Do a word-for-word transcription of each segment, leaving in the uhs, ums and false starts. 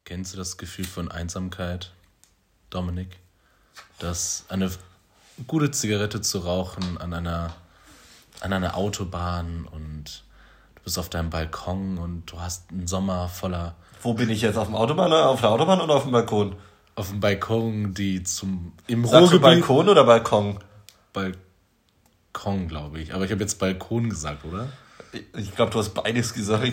Kennst du das Gefühl von Einsamkeit, Dominik? Dass eine gute Zigarette zu rauchen an einer, an einer Autobahn und du bist auf deinem Balkon und du hast einen Sommer voller... Wo bin ich jetzt? Auf dem Autobahn, auf der Autobahn oder auf dem Balkon? Auf dem Balkon, die zum... Im Sagst du Balkon oder Balkon? Balkon, glaube ich. Aber ich habe jetzt Balkon gesagt, oder? Ich glaube, du hast beides gesagt.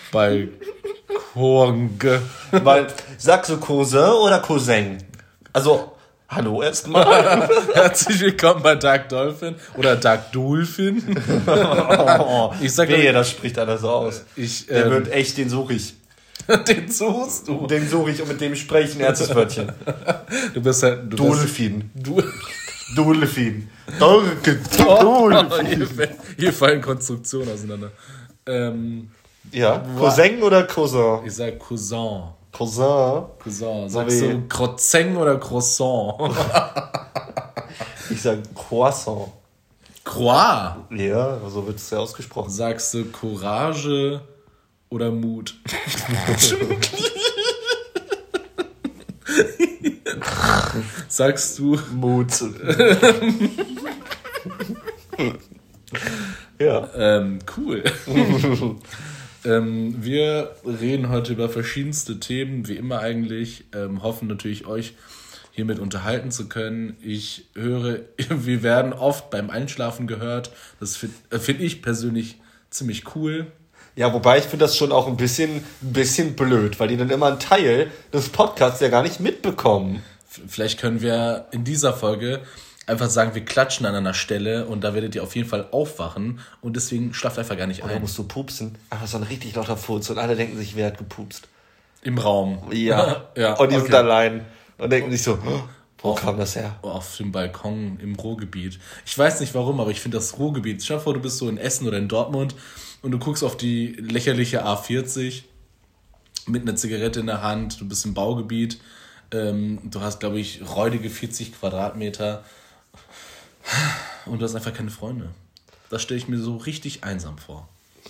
Balkon. Weil, sagst du Cousin oder Cousin? Also, hallo erstmal. Herzlich willkommen bei Dark Dolphin oder Dark Dolphin. Oh, ich sag wehe, das spricht einer so aus. Ich, Der ähm, wird echt, den suche ich. Den suchst du? Den suche ich und mit dem spreche ich ein erstes Wörtchen. Du bist halt... Du Dolphin. Du... Dolphin. Dolphin. Dolphin. Hier, hier fallen Konstruktionen auseinander. Ähm, ja, Cousin oder Cousin? Ich sag Cousin. Cousin? Cousin. Sagst du Croissant oder Croissant? Ich sag Croissant. Croix? Ja, so wird es ja ausgesprochen. Sagst du Courage oder Mut? Sagst du Mut? Ja. Ähm, cool. ähm, wir reden heute über verschiedenste Themen, wie immer eigentlich. Ähm, hoffen natürlich, euch hiermit unterhalten zu können. Ich höre, wir werden oft beim Einschlafen gehört. Das finde find ich persönlich ziemlich cool. Ja, wobei ich finde das schon auch ein bisschen, ein bisschen blöd, weil die dann immer einen Teil des Podcasts ja gar nicht mitbekommen. Vielleicht können wir in dieser Folge einfach sagen, wir klatschen an einer Stelle und da werdet ihr auf jeden Fall aufwachen und deswegen schlaft einfach gar nicht ein. Oder musst du pupsen? Einfach so ein richtig lauter Furz und alle denken sich, wer hat gepupst? Im Raum. Ja. ja und die okay. sind allein und denken sich so, oh, wo auf, kam das her? Auf dem Balkon im Ruhrgebiet. Ich weiß nicht warum, aber ich finde das Ruhrgebiet, stell dir vor, du bist so in Essen oder in Dortmund und du guckst auf die lächerliche A vierzig mit einer Zigarette in der Hand, du bist im Baugebiet, ähm, du hast, glaube ich, räudige vierzig Quadratmeter und du hast einfach keine Freunde. Das stelle ich mir so richtig einsam vor.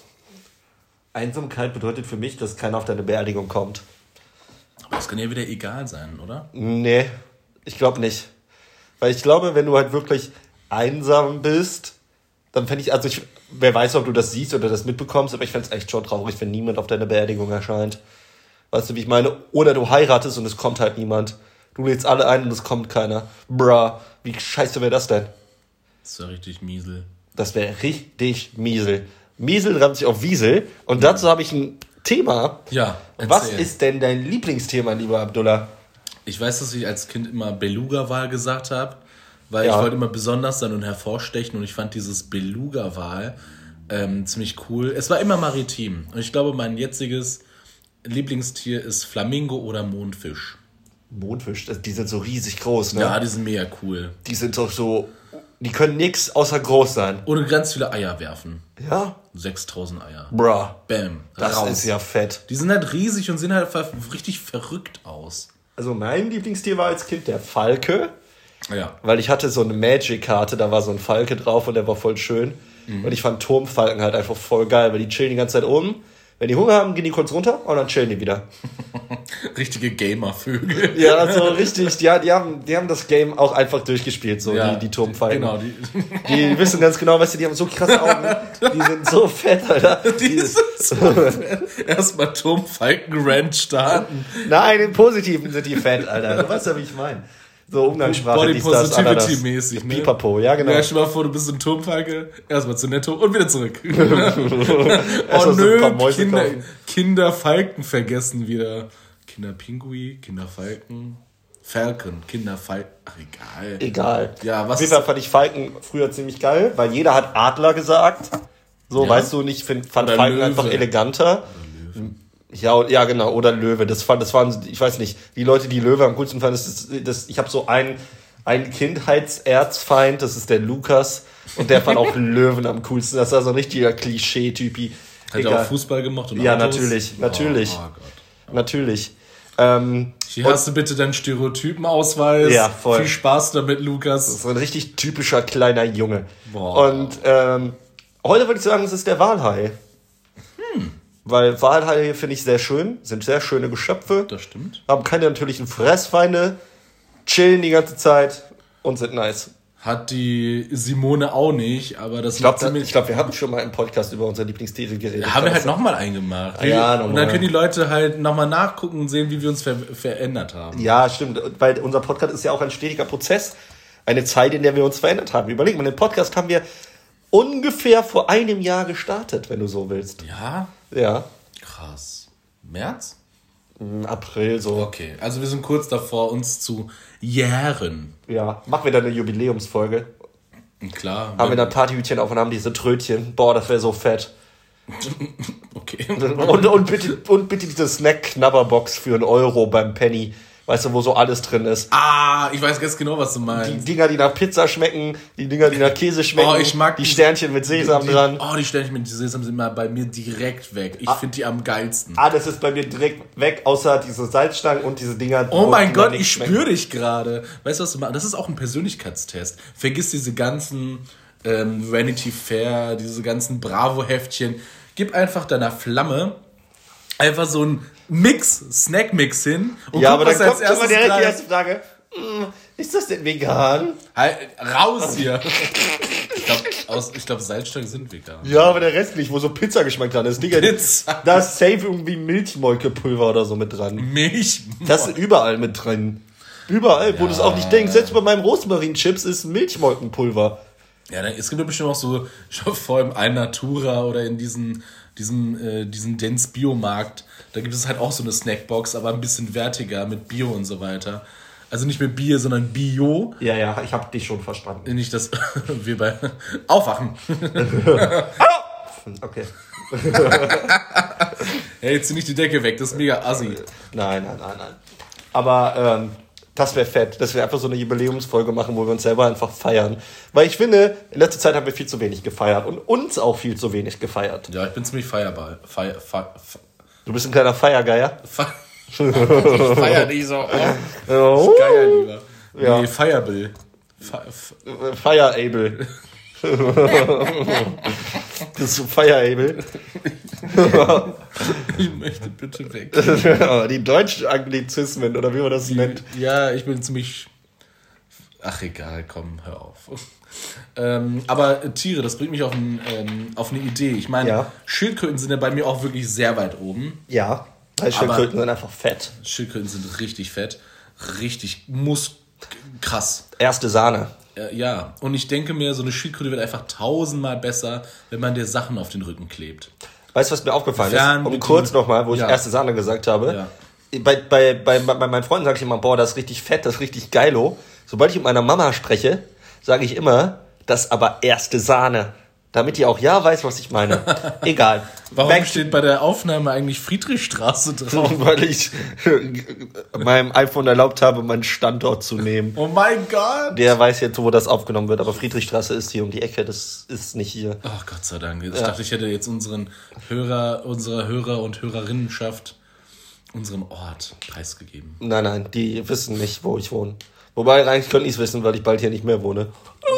Einsamkeit bedeutet für mich, dass keiner auf deine Beerdigung kommt. Aber das kann ja wieder egal sein, oder? Nee, ich glaube nicht. Weil ich glaube, wenn du halt wirklich einsam bist, dann fände ich, also ich, wer weiß, ob du das siehst oder das mitbekommst, aber ich fände es echt schon traurig, wenn niemand auf deiner Beerdigung erscheint. Weißt du, wie ich meine? Oder du heiratest und es kommt halt niemand. Du lädst alle ein und es kommt keiner. Bruh, wie scheiße wäre das denn? Das wäre richtig miesel. Das wäre richtig miesel. Miesel reimt sich auf Wiesel. Und dazu habe ich ein Thema. Ja, erzähl. Was ist denn dein Lieblingsthema, lieber Abdullah? Ich weiß, dass ich als Kind immer Beluga-Wal gesagt habe, weil ja. ich wollte immer besonders sein und hervorstechen und ich fand dieses Beluga-Wal ähm, ziemlich cool. Es war immer maritim. Und ich glaube, mein jetziges Lieblingstier ist Flamingo oder Mondfisch. Mondfisch? Die sind so riesig groß, ne? Ja, die sind mega cool. Die sind doch so... Die können nix außer groß sein. Oder ganz viele Eier werfen. Ja? sechstausend Eier. Bruh. Bam. Das raus. Ist ja fett. Die sind halt riesig und sehen halt richtig verrückt aus. Also mein Lieblingstier war als Kind der Falke. Ja. Weil ich hatte so eine Magic-Karte, da war so ein Falke drauf und der war voll schön. Mhm. Und ich fand Turmfalken halt einfach voll geil, weil die chillen die ganze Zeit oben. Wenn die Hunger haben, gehen die kurz runter und dann chillen die wieder. Richtige Gamer-Vögel. Ja, also richtig. Die, die, haben, die haben das Game auch einfach durchgespielt, so ja, die, die Turmfalken. Genau. Die, die wissen ganz genau, was die, die haben so krasse Augen. Die sind so fett, Alter. Die, die sind so fett. Erstmal Turmfalken-Ranch starten. Nein, im Positiven sind die fett, Alter. Du weißt ja, wie ich meine. So Umgangssprache, Body Positivity-mäßig, ne? Pipapo, ja genau. Ja, stell mal vor, du bist ein Turmfalke, erstmal zu Netto und wieder zurück. Oh nö, so Kinder, Kinderfalken vergessen wieder. Kinderpingui, Kinderfalken, Falken, Kinderfalken, ach egal. Egal. Ja, was Auf jeden Fall fand ich Falken früher ziemlich geil, weil jeder hat Adler gesagt. So, ja. Weißt du, ich find, fand Oder Falken Löwe. Einfach eleganter. Ja, ja, genau, oder Löwe. Das fand, das waren, ich weiß nicht, die Leute, die Löwe am coolsten fanden, das, das, das, ich habe so einen, einen Kindheitserzfeind, das ist der Lukas, und der fand auch Löwen am coolsten. Das war so ein richtiger Klischee-Typi. Hat er auch Fußball gemacht und Ja, Autos? natürlich, natürlich. Oh, oh Gott. Natürlich. Ähm, Hier hast du bitte deinen Stereotypenausweis. Ja, voll. Viel Spaß damit, Lukas. Das ist so ein richtig typischer kleiner Junge. Boah. Und ähm, heute würde ich sagen, es ist der Walhai. Hm. Weil Walhaie finde ich sehr schön, sind sehr schöne Geschöpfe. Das stimmt. Haben keine natürlichen Fressfeinde, chillen die ganze Zeit und sind nice. Hat die Simone auch nicht, aber das... Ich glaube, glaub, wir haben schon mal im Podcast über unsere Lieblingstiere geredet. Haben wir halt nochmal eingemacht. Ja, nochmal. Und dann können die Leute halt nochmal nachgucken und sehen, wie wir uns ver- verändert haben. Ja, stimmt. Weil unser Podcast ist ja auch ein stetiger Prozess. Eine Zeit, in der wir uns verändert haben. Überleg mal, den Podcast haben wir ungefähr vor einem Jahr gestartet, wenn du so willst. Ja? Ja. Krass. März? April so. Okay, also wir sind kurz davor, uns zu jähren. Ja, machen wir dann eine Jubiläumsfolge. Klar. Haben wir dann Partyhütchen auf und haben diese Trötchen. Boah, das wäre so fett. Okay. Und, und, bitte, und bitte diese Snack-Knabberbox für einen Euro beim Penny. Weißt du, wo so alles drin ist. Ah, ich weiß ganz genau, was du meinst. Die Dinger, die nach Pizza schmecken, die Dinger, die nach Käse schmecken. Oh, ich mag die Sternchen mit Sesam die, dran. Oh, die Sternchen mit Sesam sind mal bei mir direkt weg. Ich ah, finde die am geilsten. Ah, das ist bei mir direkt weg, außer diese Salzstangen und diese Dinger. Oh mein Gott, ich spüre dich gerade. Weißt du, was du machst? Das ist auch ein Persönlichkeitstest. Vergiss diese ganzen ähm, Vanity Fair, diese ganzen Bravo-Heftchen. Gib einfach deiner Flamme einfach so ein Mix, Snack-Mix hin. Und ja, guck, aber dann was kommt als immer direkt grade... die erste Frage. Ist das denn vegan? Halt, raus hier. Ich glaube, glaub, Salzstangen sind vegan. Ja, aber der Rest nicht, wo so Pizzageschmack dran ist. Digga, Pizza. Da ist safe irgendwie Milchmolkepulver oder so mit dran. Milchmolke? Das ist überall mit drin. Überall, ja. Wo du es auch nicht denkst. Selbst bei meinem Rosmarin-Chips ist Milchmolkenpulver. Ja, es gibt ja bestimmt auch so, vor allem ein Natura oder in diesen, diesen, äh, diesen Dents Biomarkt, da gibt es halt auch so eine Snackbox, aber ein bisschen wertiger mit Bio und so weiter. Also nicht mit Bier, sondern Bio. Ja, ja, ich habe dich schon verstanden. Nicht, dass wir bei Aufwachen. Okay. Ja, jetzt zieh nicht die Decke weg, das ist mega assi. Nein, nein, nein, nein. Aber ähm, das wäre fett, dass wir einfach so eine Jubiläumsfolge machen, wo wir uns selber einfach feiern. Weil ich finde, in letzter Zeit haben wir viel zu wenig gefeiert und uns auch viel zu wenig gefeiert. Ja, ich bin ziemlich feierbar. Feier, feier, feier. Du bist ein kleiner Feiergeier? Fe- ich feier nicht so. Oh. Geier lieber. Ja. Nee, Firebill. Fe- Fireable. Das ist so Fireable. Ich möchte bitte weg. Die deutschen Anglizismen, oder wie man das nennt. Ja, ich bin ziemlich... Ach egal, komm, hör auf. Ähm, aber Tiere, das bringt mich auf, ein, ähm, auf eine Idee. Ich meine, ja. Schildkröten sind ja bei mir auch wirklich sehr weit oben. Ja, weil Schildkröten aber sind einfach fett. Schildkröten sind richtig fett. Richtig mus... krass. Erste Sahne. Äh, ja, und ich denke mir, so eine Schildkröte wird einfach tausendmal besser, wenn man dir Sachen auf den Rücken klebt. Weißt du, was mir aufgefallen ist? Um kurz nochmal, wo ich ja. erste Sahne gesagt habe. Ja. Bei, bei, bei, bei meinen Freunden sage ich immer, boah, das ist richtig fett, das ist richtig geilo. Sobald ich mit meiner Mama spreche, sage ich immer, das ist aber erste Sahne. Damit ihr auch ja weiß, was ich meine. Egal. Warum Back steht bei der Aufnahme eigentlich Friedrichstraße drauf? Weil ich meinem iPhone erlaubt habe, meinen Standort zu nehmen. Oh mein Gott! Der weiß jetzt, wo das aufgenommen wird, aber Friedrichstraße ist hier um die Ecke, das ist nicht hier. Ach Gott sei Dank. Ich ja. dachte, ich hätte jetzt unseren Hörer, unsere Hörer und Hörerinnenschaft unseren Ort preisgegeben. Nein, nein, die wissen nicht, wo ich wohne. Wobei, eigentlich könnten die es wissen, weil ich bald hier nicht mehr wohne.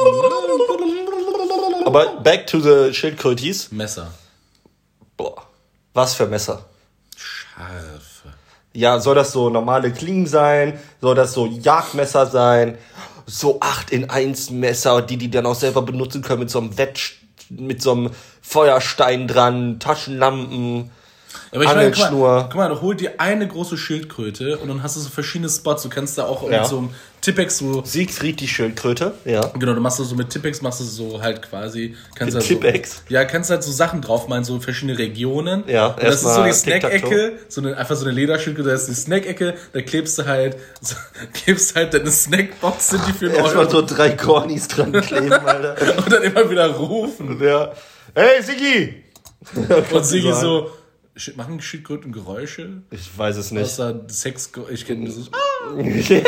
Aber back to the Schildkrötis. Messer. Boah, was für Messer? Scharfe. Ja, soll das so normale Klingen sein? Soll das so Jagdmesser sein? So acht in eins Messer, die die dann auch selber benutzen können mit so einem Wett, mit so einem Feuerstein dran, Taschenlampen. Aber ich meine, guck mal, guck mal, hol dir eine große Schildkröte und dann hast du so verschiedene Spots. Du kannst da auch ja. mit so einem Tippex so... Siegfried die Schildkröte, ja. Genau, du machst du so mit Tippex, machst du so halt quasi... Kannst mit halt Tippex? So, ja, kannst halt so Sachen drauf machen, so verschiedene Regionen. Ja, und das ist so die Snack-Ecke, so eine, einfach so eine Lederschildkröte, das ist die Snack-Ecke, da klebst du halt, so, klebst halt deine Snackbox, sind die für einen Euro. Erstmal so drei Cornys dran kleben, Alter. Und dann immer wieder rufen. Ja. Hey, Siggi! Und Siggi so... Machen Schildkröten Geräusche? Ich weiß es nicht. Außer Sex, ich kenne dieses. Ja.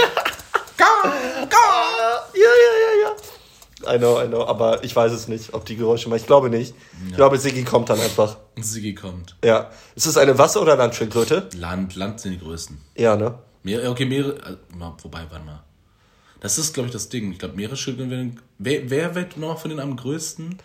Ja, ja, ja, ja. I know, I know. Aber ich weiß es nicht, ob die Geräusche machen. Ich glaube nicht. Ja. Ich glaube, Siggi kommt dann einfach. Siggi kommt. Ja. Ist es eine Wasser- oder Landschildkröte? Land, Land sind die größten. Ja, ne? Meer, okay, Meere. Wobei, warte mal. Das ist, glaube ich, das Ding. Ich glaube, Meeresschildkröten werden. Wer, wer wird noch von denen am größten?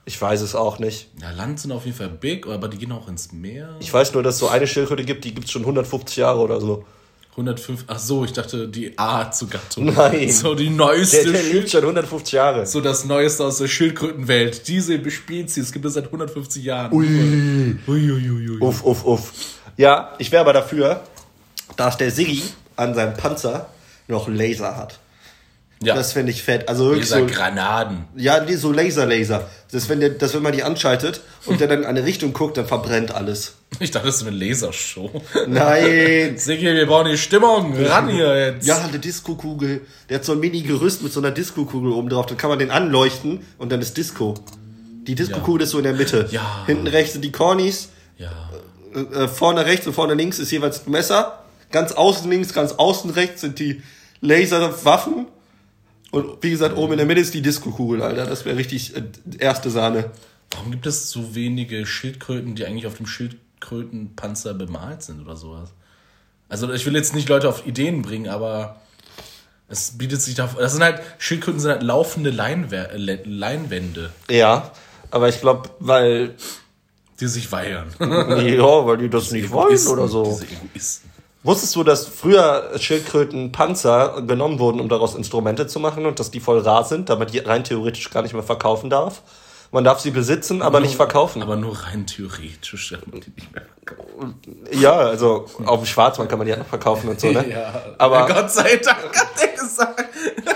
Ich weiß es auch nicht. Ja, Land sind auf jeden Fall big, aber die gehen auch ins Meer. Ich weiß nur, dass es so eine Schildkröte gibt, die gibt es schon hundertfünfzig Jahre oder so. hundertfünf, ach so, ich dachte die Art zur Gattung. Nein. So die neueste. Der, der lebt schon hundertfünfzig Jahre. So das Neueste aus der Schildkrötenwelt. Diese Spezies gibt es seit hundertfünfzig Jahren. Ui. Ui, ui, ui, ui. Uff, uff, uff. Ja, ich wäre aber dafür, dass der Siggi an seinem Panzer noch Laser hat. Ja. Das finde ich fett. Also wirklich so Granaten. Ja, nee, so Laser-Laser. Das, wenn der, das, wenn man die anschaltet und der dann in eine Richtung guckt, dann verbrennt alles. Ich dachte, das ist eine Lasershow. Nein. Siggi, wir brauchen die Stimmung. Ran hier jetzt. Ja, eine Disco-Kugel. Der hat so ein Mini-Gerüst mit so einer Disco-Kugel oben drauf. Dann kann man den anleuchten und dann ist Disco. Die Disco-Kugel ja. ist so in der Mitte. Ja. Hinten rechts sind die Cornies. Ja. Äh, vorne rechts und vorne links ist jeweils ein Messer. Ganz außen links, ganz außen rechts sind die Laserwaffen. Und wie gesagt, oben in der Mitte ist die Disco-Kugel, Alter. Das wäre richtig äh, erste Sahne. Warum gibt es so wenige Schildkröten, die eigentlich auf dem Schildkrötenpanzer bemalt sind oder sowas? Also ich will jetzt nicht Leute auf Ideen bringen, aber es bietet sich da... Das sind halt, Schildkröten sind halt laufende Leinwer- Leinwände. Ja, aber ich glaube, weil... Die sich weigern. Ja, weil die das nicht wollen oder so. Diese Egoisten. Wusstest du, dass früher Schildkrötenpanzer genommen wurden, um daraus Instrumente zu machen und dass die voll rar sind, damit die rein theoretisch gar nicht mehr verkaufen darf? Man darf sie besitzen, aber nur, nicht verkaufen. Aber nur rein theoretisch darf man die nicht mehr verkaufen. Ja, also auf dem Schwarzmarkt kann man die ja noch verkaufen und so, ne? Ja, aber ja, Gott sei Dank hat er gesagt.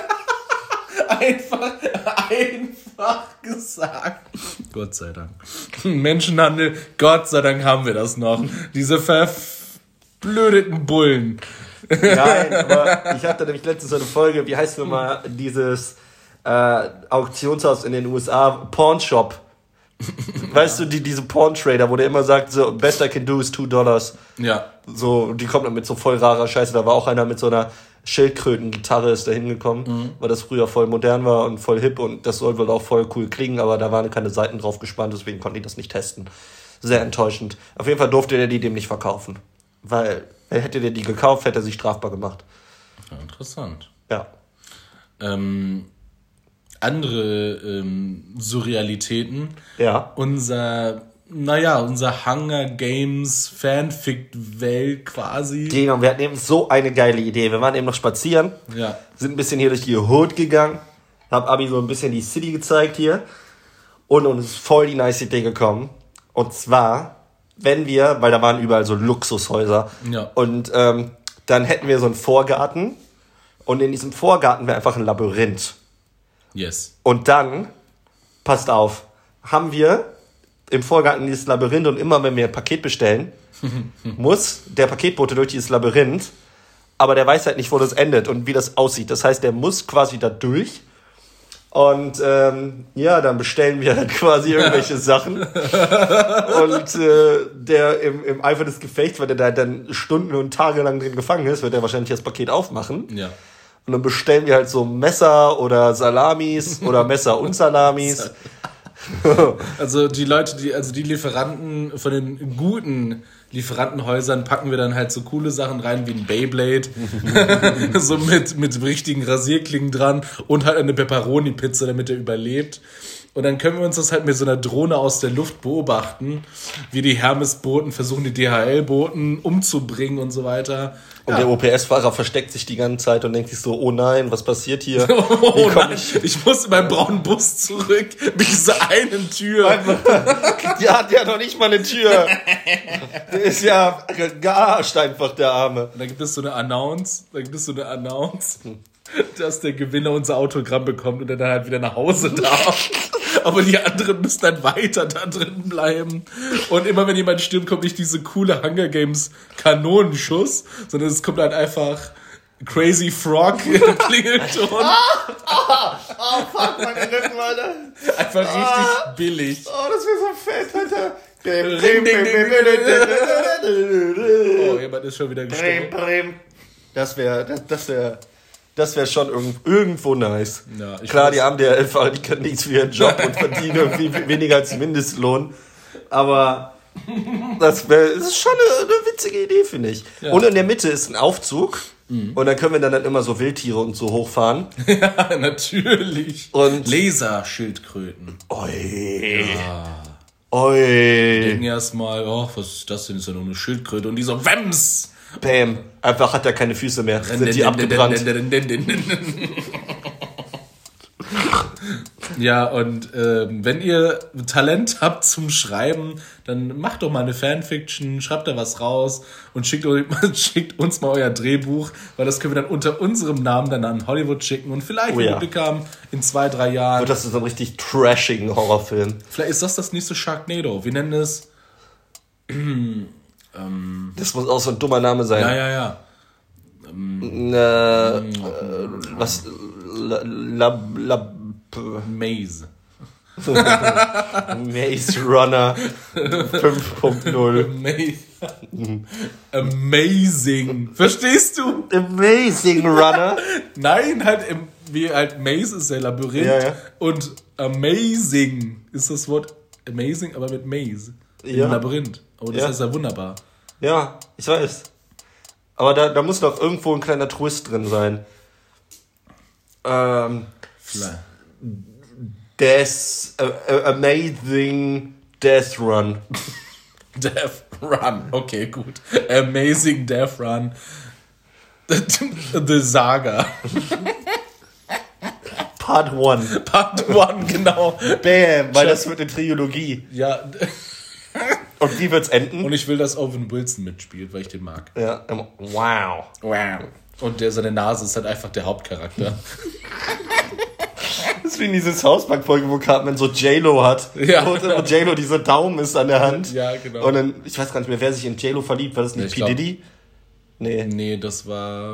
einfach, einfach gesagt. Gott sei Dank. Menschenhandel, Gott sei Dank haben wir das noch. Diese Verf... blödeten Bullen. Nein, aber ich hatte nämlich letztens so eine Folge, wie heißt nochmal dieses äh, Auktionshaus in den U S A, Pawnshop. Weißt du, die, diese Porn-Trader, wo der immer sagt, so, best I can do is two dollars. Ja. So, die kommt dann mit so voll rarer Scheiße. Da war auch einer mit so einer Schildkröten-Gitarre ist da hingekommen, mhm. weil das früher voll modern war und voll hip und das soll wohl auch voll cool klingen, aber da waren keine Seiten drauf gespannt, deswegen konnten die das nicht testen. Sehr enttäuschend. Auf jeden Fall durfte der die dem nicht verkaufen. Weil, hätte der die gekauft, hätte er sich strafbar gemacht. Ja, interessant. Ja. Ähm, andere ähm, Surrealitäten. Ja. Unser, naja, unser Hunger Games Fanfic-Welt quasi. Genau, wir hatten eben so eine geile Idee. Wir waren eben noch spazieren. Ja. Sind ein bisschen hier durch die Hood gegangen. Hab Abi so ein bisschen die City gezeigt hier. Und uns ist voll die nice Idee gekommen. Und zwar... wenn wir, weil da waren überall so Luxushäuser. Ja. Und ähm, dann hätten wir so einen Vorgarten. Und in diesem Vorgarten wäre einfach ein Labyrinth. Yes. Und dann, passt auf, haben wir im Vorgarten dieses Labyrinth und immer wenn wir ein Paket bestellen, muss der Paketbote durch dieses Labyrinth, aber der weiß halt nicht, wo das endet und wie das aussieht. Das heißt, der muss quasi da durch. Und ähm, ja, dann bestellen wir halt quasi irgendwelche Sachen. Und äh, der im, im Eifer des Gefechts, weil der da dann Stunden und Tage lang drin gefangen ist, wird der wahrscheinlich das Paket aufmachen. Ja. Und dann bestellen wir halt so Messer oder Salamis oder Messer und Salamis. Also die Leute, die, also die Lieferanten von den guten Lieferantenhäusern packen wir dann halt so coole Sachen rein wie ein Beyblade, so mit, mit richtigen Rasierklingen dran und halt eine Pepperoni-Pizza, damit er überlebt. Und dann können wir uns das halt mit so einer Drohne aus der Luft beobachten, wie die Hermes-Boten versuchen, die D H L-Boten umzubringen und so weiter. Und ja. Der O P S-Fahrer versteckt sich die ganze Zeit und denkt sich so, oh nein, was passiert hier? Oh nein, ich? ich muss in meinen braunen Bus zurück, mit dieser einen Tür. Die hat ja noch nicht mal eine Tür. Der ist ja gearscht einfach, der Arme. Und da gibt es so eine Announce, da gibt es so eine Announce, dass der Gewinner unser Autogramm bekommt und er dann halt wieder nach Hause darf. Aber die anderen müssen dann weiter da drin bleiben. Und immer wenn jemand stirbt, kommt nicht diese coole Hunger Games Kanonenschuss, sondern es kommt halt einfach Crazy Frog Klingelton. Ah, ah, ah, fuck, meine Rippen, Alter. Einfach richtig ah, billig. Oh, das wäre so fett, Alter. Oh, jemand ist schon wieder gestorben. Das wäre, das, das wäre... Das wäre schon irgendwo nice. Ja, klar, die haben der Fahrer, die können nichts für ihren Job und verdienen irgendwie weniger als Mindestlohn. Aber das, wär, das ist schon eine, eine witzige Idee, finde ich. Ja. Und in der Mitte ist ein Aufzug, Mhm. Und dann können wir dann, dann immer so Wildtiere und so hochfahren. Ja, natürlich. Und Laserschildkröten. Oi. Ja. Oi. Die denken erstmal, oh, was ist das denn? Ist ja nur eine Schildkröte. Und die so, Wams! Bam. Einfach hat er keine Füße mehr. Sind die abgebrannt. Ja, und ähm, wenn ihr Talent habt zum Schreiben, dann macht doch mal eine Fanfiction, schreibt da was raus und schickt, schickt uns mal euer Drehbuch, weil das können wir dann unter unserem Namen dann an Hollywood schicken und vielleicht, oh, wenn ja. wir Glück haben, in zwei, drei Jahren... Wird das so ein richtig trashigen Horrorfilm. Vielleicht ist das das nächste Sharknado. Wir nennen es... ähm, das muss auch so ein dummer Name sein. Ja, ja, ja. Ähm, äh, äh, was... La, la, la, Maze. Maze Runner fünf Punkt null. Amazing. Verstehst du? Amazing Runner? Nein, halt im, wie halt Maze ist der Labyrinth. Ja, ja. Und amazing ist das Wort amazing, aber mit Maze. Ja. Im Labyrinth. Aber das ja. heißt ja wunderbar. Ja, ich weiß. Aber da, da muss doch irgendwo ein kleiner Twist drin sein. Ähm, Vielleicht. Death, uh, uh, Amazing Death Run. Death Run, okay, gut. Amazing Death Run. The Saga. Part one. Part one, genau. Bam, weil das wird eine Trilogie. Ja. Und wie wird's enden? Und ich will, dass Owen Wilson mitspielt, weil ich den mag. Ja, wow. Wow. Und der, seine Nase ist halt einfach der Hauptcharakter. Das ist wie in diese South Park-Folge, wo Cartman so J-Lo hat. Ja. Wo, wo J-Lo dieser Daumen ist an der Hand. Ja, genau. Und dann, ich weiß gar nicht mehr, wer sich in J-Lo verliebt. War das nicht P. Diddy? Nee. Nee, das war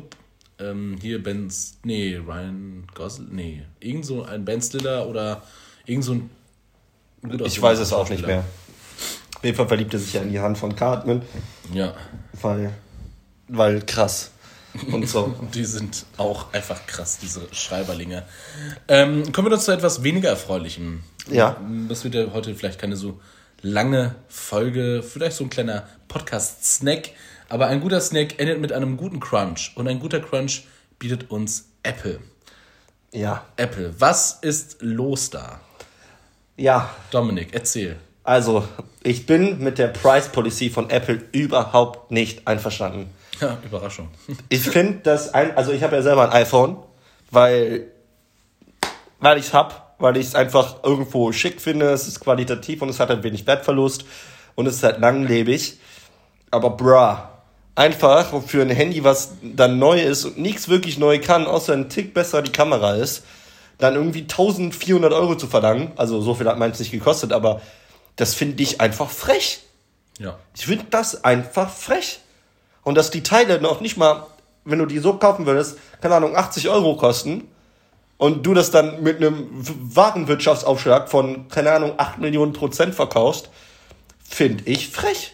ähm, hier Ben... Nee, Ryan Gosling... Nee, irgend so ein Ben Stiller oder irgend so ein... Ich weiß es auch nicht mehr. Auf jeden Fall verliebt er sich ja in die Hand von Cartman. Ja. Weil... Weil krass. Und so. Die sind auch einfach krass, diese Schreiberlinge. Ähm, kommen wir doch zu etwas weniger Erfreulichem. Ja. Das wird ja heute vielleicht keine so lange Folge, vielleicht so ein kleiner Podcast-Snack. Aber ein guter Snack endet mit einem guten Crunch. Und ein guter Crunch bietet uns Apple. Ja. Apple. Was ist los da? Ja. Dominik, erzähl. Also, ich bin mit der Price Policy von Apple überhaupt nicht einverstanden. Ja, Überraschung. Ich finde das, ein, also ich habe ja selber ein iPhone, weil, weil ich es habe, weil ich es einfach irgendwo schick finde, es ist qualitativ und es hat ein wenig Wertverlust und es ist halt langlebig. Aber bra, einfach für ein Handy, was dann neu ist und nichts wirklich neu kann, außer ein Tick besser die Kamera ist, dann irgendwie eintausendvierhundert Euro zu verlangen, also so viel hat meins nicht gekostet, aber das finde ich einfach frech. Ja. Ich finde das einfach frech. Und dass die Teile noch nicht mal, wenn du die so kaufen würdest, keine Ahnung, achtzig Euro kosten und du das dann mit einem Warenwirtschaftsaufschlag von, keine Ahnung, acht Millionen Prozent verkaufst, finde ich frech.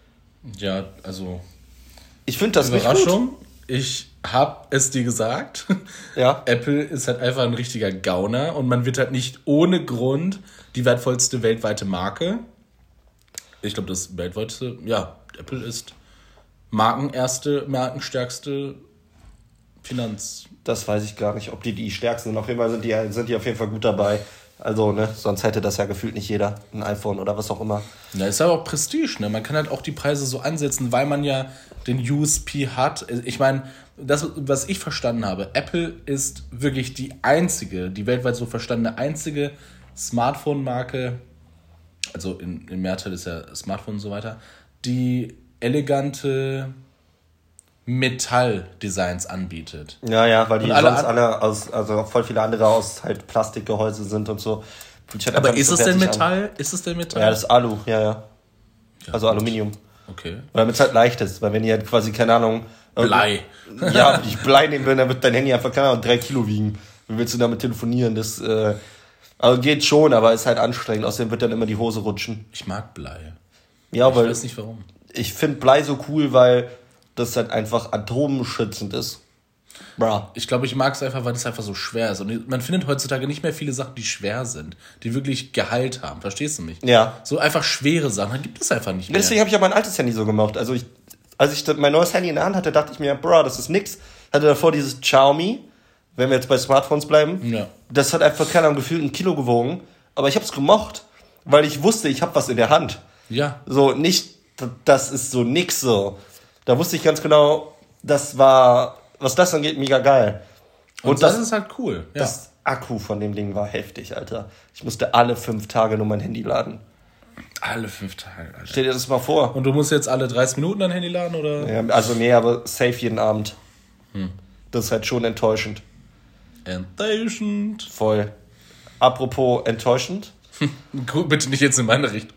Ja, also... Ich finde das Überraschung. nicht gut. Ich habe es dir gesagt. Ja. Apple ist halt einfach ein richtiger Gauner und man wird halt nicht ohne Grund die wertvollste weltweite Marke. Ich glaube, das weltweite, ja, Apple ist markenerste, markenstärkste Finanz. Das weiß ich gar nicht, ob die die stärksten sind. Auf jeden Fall sind die, sind die auf jeden Fall gut dabei. Also, ne, sonst hätte das ja gefühlt nicht jeder ein iPhone oder was auch immer. Ja, ist aber auch Prestige, ne? Man kann halt auch die Preise so ansetzen, weil man ja den U S P hat. Ich meine, das, was ich verstanden habe, Apple ist wirklich die einzige, die weltweit so verstandene einzige Smartphone-Marke, also in, in Mehrteil ist ja Smartphone und so weiter, die elegante Metalldesigns anbietet. Ja, ja, weil die und alle sonst alle aus, also voll viele andere aus halt Plastikgehäuse sind und so. Halt aber ist es denn Metall? An. Ist es denn Metall? Ja, das ist Alu, ja, ja. ja also gut. Aluminium. Okay. Weil damit es halt leicht ist, weil wenn ihr halt quasi, keine Ahnung... Blei. Ja, wenn ich Blei nehmen will, dann wird dein Handy einfach, keine Ahnung, drei Kilo wiegen. Wie willst du damit telefonieren? Das, äh, also geht schon, aber ist halt anstrengend. Außerdem wird dann immer die Hose rutschen. Ich mag Blei. Ja, ich weil... Ich weiß nicht warum. Ich finde Blei so cool, weil das halt einfach atomschützend ist. Bra. Ich glaube, ich mag es einfach, weil es einfach so schwer ist. Und man findet heutzutage nicht mehr viele Sachen, die schwer sind, die wirklich Gehalt haben. Verstehst du mich? Ja. So einfach schwere Sachen gibt es einfach nicht mehr. Deswegen habe ich ja mein altes Handy so gemacht. Also ich Als ich mein neues Handy in der Hand hatte, dachte ich mir, bro, das ist nix. Hatte davor dieses Xiaomi, wenn wir jetzt bei Smartphones bleiben. Ja. Das hat einfach, keine Ahnung, gefühlt ein Kilo gewogen. Aber ich habe es gemocht, weil ich wusste, ich habe was in der Hand. Ja. So, nicht, das ist so nix so. Da wusste ich ganz genau, das war, was das angeht, mega geil. Und, Und das, das ist halt cool. Ja. Das Akku von dem Ding war heftig, Alter. Ich musste alle fünf Tage nur mein Handy laden. Alle fünf Tage, Alter. Stell dir das mal vor. Und du musst jetzt alle dreißig Minuten dein Handy laden, oder? Ja, also nee, aber safe jeden Abend. Hm. Das ist halt schon enttäuschend. Enttäuschend. Voll. Apropos enttäuschend. Gut, bitte nicht jetzt in meine Richtung.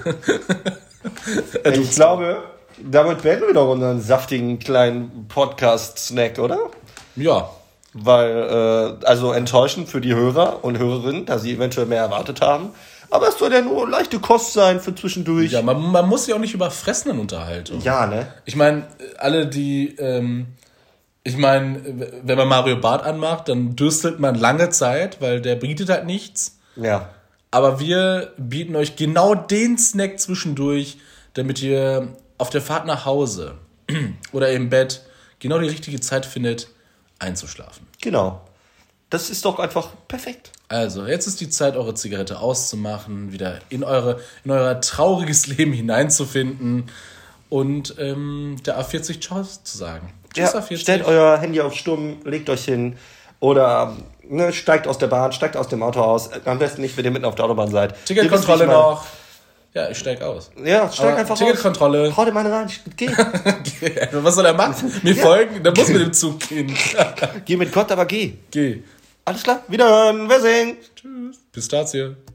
Ich glaube, damit beenden wir doch unseren saftigen kleinen Podcast-Snack, oder? Ja. Weil, äh, also enttäuschend für die Hörer und Hörerinnen, da sie eventuell mehr erwartet haben. Aber es soll ja nur leichte Kost sein für zwischendurch. Ja, man, man muss sich auch nicht über Fressenden unterhalten. Ja, ne? Ich meine, alle, die, ähm, ich meine, wenn man Mario Barth anmacht, dann dürstelt man lange Zeit, weil der bietet halt nichts. Ja. Aber wir bieten euch genau den Snack zwischendurch, damit ihr auf der Fahrt nach Hause oder im Bett genau die richtige Zeit findet, einzuschlafen. Genau. Das ist doch einfach perfekt. Also, jetzt ist die Zeit, eure Zigarette auszumachen, wieder in, eure, in euer trauriges Leben hineinzufinden und ähm, der A vierzig Tschüss zu sagen. Tschüss, ja, A vierzig. Stellt euer Handy auf Stumm, legt euch hin oder ne, steigt aus der Bahn, steigt aus dem Auto aus. Am besten nicht, wenn ihr mitten auf der Autobahn seid. Ticketkontrolle noch. Ja, ich steig aus. Ja, steig Aber einfach Ticketkontrolle. aus. Hau dir meine rein, geh. Was soll er machen? Mir ja. folgen? Der muss mit dem Zug gehen. Geh mit Gott, aber geh. Geh. Alles klar, wiederhören, wir sehen. Tschüss. Pistazie.